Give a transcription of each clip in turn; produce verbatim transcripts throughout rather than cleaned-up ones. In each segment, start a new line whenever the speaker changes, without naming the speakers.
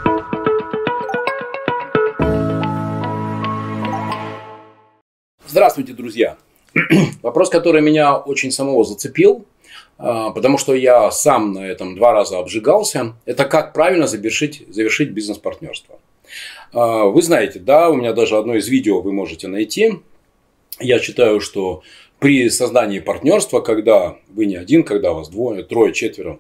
Здравствуйте, друзья! Вопрос, который меня очень самого зацепил, потому что я сам на этом два раза обжигался, это как правильно завершить, завершить бизнес-партнерство. Вы знаете, да, у меня даже одно из видео вы можете найти. Я считаю, что при создании партнерства, когда вы не один, когда вас двое, трое, четверо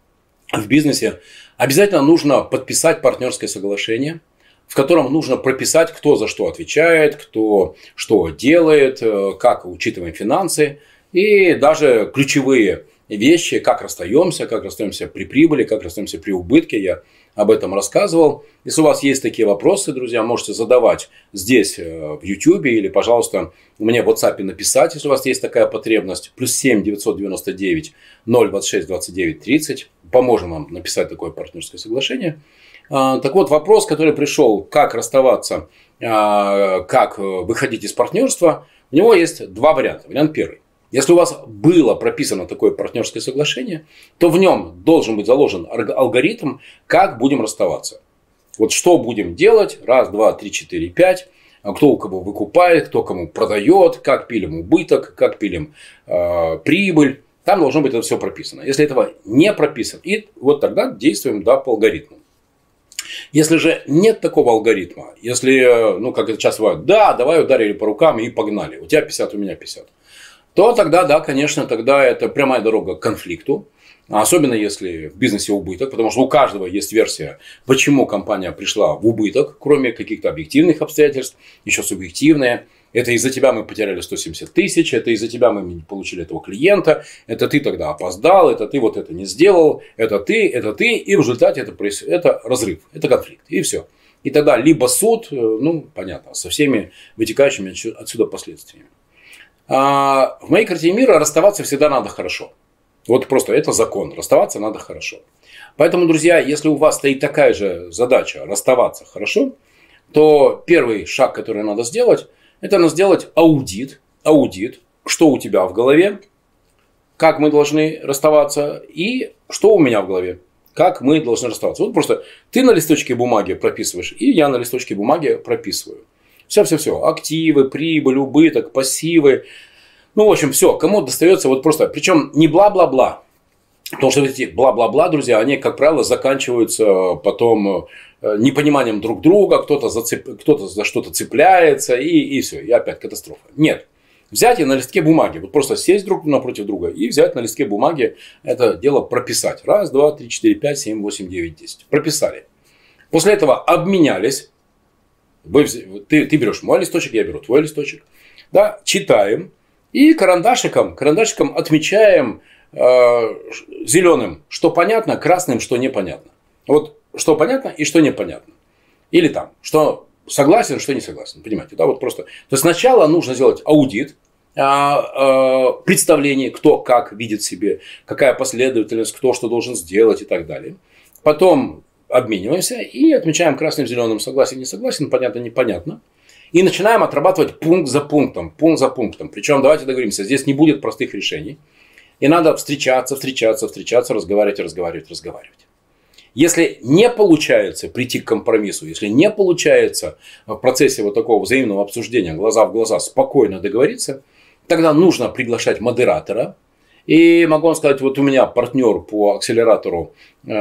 в бизнесе, обязательно нужно подписать партнерское соглашение, в котором нужно прописать, кто за что отвечает, кто что делает, как учитываем финансы и даже ключевые вещи, как расстаемся, как расстаемся при прибыли, как расстаемся при убытке. Я об этом рассказывал. Если у вас есть такие вопросы, друзья, можете задавать здесь в YouTube или, пожалуйста, мне в WhatsApp написать, если у вас есть такая потребность. Плюс семь девятьсот девяносто девять ноль двадцать шесть двадцать девять тридцать. Поможем вам написать такое партнерское соглашение. Так вот, вопрос, который пришел, как расставаться, как выходить из партнерства, у него есть два варианта. Вариант первый. Если у вас было прописано такое партнерское соглашение, то в нем должен быть заложен алгоритм, как будем расставаться. Вот что будем делать, раз, два, три, четыре, пять, кто у кого выкупает, кто кому продает, как пилим убыток, как пилим э, прибыль. Там должно быть это все прописано. Если этого не прописано, и вот тогда действуем да, по алгоритму. Если же нет такого алгоритма, если, ну, как это часто бывает, да, давай ударили по рукам и погнали, у тебя пятьдесят, у меня пятьдесят, то тогда, да, конечно, тогда это прямая дорога к конфликту, особенно если в бизнесе убыток, потому что у каждого есть версия, почему компания пришла в убыток, кроме каких-то объективных обстоятельств, еще субъективные. Это из-за тебя мы потеряли сто семьдесят тысяч, это из-за тебя мы не получили этого клиента, это ты тогда опоздал, это ты вот это не сделал, это ты, это ты, и в результате это, это разрыв, это конфликт, и все. И тогда либо суд, ну, понятно, со всеми вытекающими отсюда последствиями. А в моей картине мира расставаться всегда надо хорошо. Вот просто это закон, расставаться надо хорошо. Поэтому, друзья, если у вас стоит такая же задача расставаться хорошо, то первый шаг, который надо сделать, это надо сделать аудит, аудит, что у тебя в голове, как мы должны расставаться и что у меня в голове, как мы должны расставаться. Вот просто ты на листочке бумаги прописываешь, и я на листочке бумаги прописываю. Все-все-все, активы, прибыль, убыток, пассивы. Ну, в общем, все, кому достается вот просто, причем не бла-бла-бла. Потому что эти бла-бла-бла, друзья, они, как правило, заканчиваются потом непониманием друг друга, кто-то за, цеп... кто-то за что-то цепляется, и, и все, и опять катастрофа. Нет. Взять и на листке бумаги, вот просто сесть друг напротив друга и взять на листке бумаги это дело прописать. Раз, два, три, четыре, пять, семь, восемь, девять, десять. Прописали. После этого обменялись. Вы, ты, ты берешь мой листочек, я беру твой листочек. Да, читаем. И карандашиком, карандашиком отмечаем э, зеленым, что понятно, красным, что непонятно. Вот что понятно и что непонятно. Или там, что согласен, что не согласен. Понимаете, да, вот просто. То есть сначала нужно сделать аудит, э, э, представление, кто как видит себе, какая последовательность, кто что должен сделать и так далее. Потом обмениваемся и отмечаем красным, зеленым, согласен, не согласен, понятно, непонятно. И начинаем отрабатывать пункт за пунктом, пункт за пунктом. Причем, давайте договоримся, здесь не будет простых решений. И надо встречаться, встречаться, встречаться, разговаривать, разговаривать, разговаривать. Если не получается прийти к компромиссу, если не получается в процессе вот такого взаимного обсуждения глаза в глаза спокойно договориться, тогда нужно приглашать модератора. И могу вам сказать, вот у меня партнер по акселератору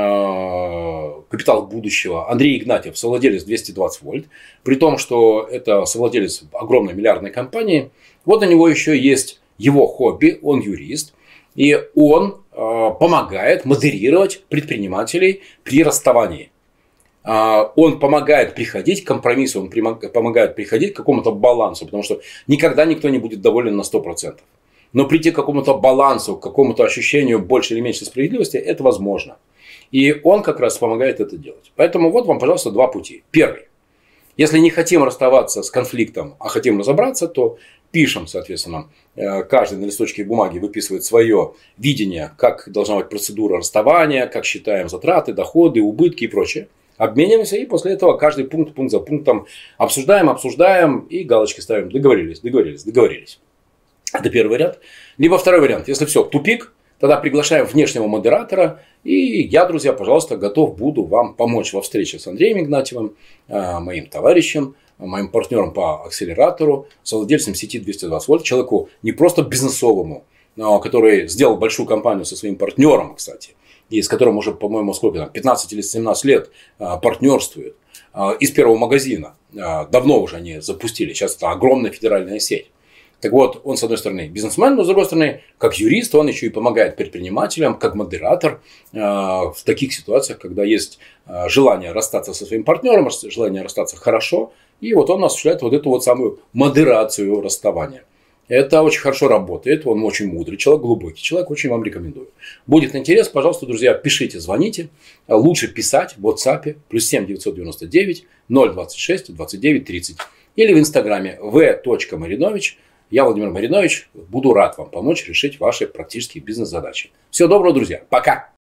э, «Капитал будущего» Андрей Игнатьев, совладелец двести двадцать вольт. При том, что это совладелец огромной миллиардной компании. Вот у него еще есть его хобби, он юрист. И он э, помогает модерировать предпринимателей при расставании. Э, он помогает приходить к компромиссу, он помогает приходить к какому-то балансу. Потому что никогда никто не будет доволен на сто процентов. Но прийти к какому-то балансу, к какому-то ощущению большей или меньшей справедливости, это возможно. И он как раз помогает это делать. Поэтому вот вам, пожалуйста, два пути. Первый. Если не хотим расставаться с конфликтом, а хотим разобраться, то пишем, соответственно, каждый на листочке бумаги выписывает свое видение, как должна быть процедура расставания, как считаем затраты, доходы, убытки и прочее. Обмениваемся и после этого каждый пункт, пункт за пунктом обсуждаем, обсуждаем и галочки ставим. Договорились, договорились, договорились. Это первый вариант. Либо второй вариант. Если все, тупик, Тогда приглашаем внешнего модератора. И я, друзья, пожалуйста, готов буду вам помочь во встрече с Андреем Игнатьевым, моим товарищем, моим партнером по акселератору, совладельцем сети двести двадцать вольт, человеку не просто бизнесовому, который сделал большую компанию со своим партнером, кстати, и с которым уже, по-моему, сколько там, пятнадцать или семнадцать лет партнерствует, из первого магазина. Давно уже они запустили, сейчас это огромная федеральная сеть. Так вот, он, с одной стороны, бизнесмен, но, с другой стороны, как юрист, он еще и помогает предпринимателям, как модератор в таких ситуациях, когда есть желание расстаться со своим партнером, желание расстаться хорошо, и вот он осуществляет вот эту вот самую модерацию расставания. Это очень хорошо работает, он очень мудрый человек, глубокий человек, очень вам рекомендую. Будет интерес, пожалуйста, друзья, пишите, звоните. Лучше писать в WhatsApp плюс семь девятьсот девяносто девять ноль двадцать шесть двадцать девять тридцать или в инстаграме в. Маринович. Я, Владимир Маринович, буду рад вам помочь решить ваши практические бизнес-задачи. Всего доброго, друзья. Пока!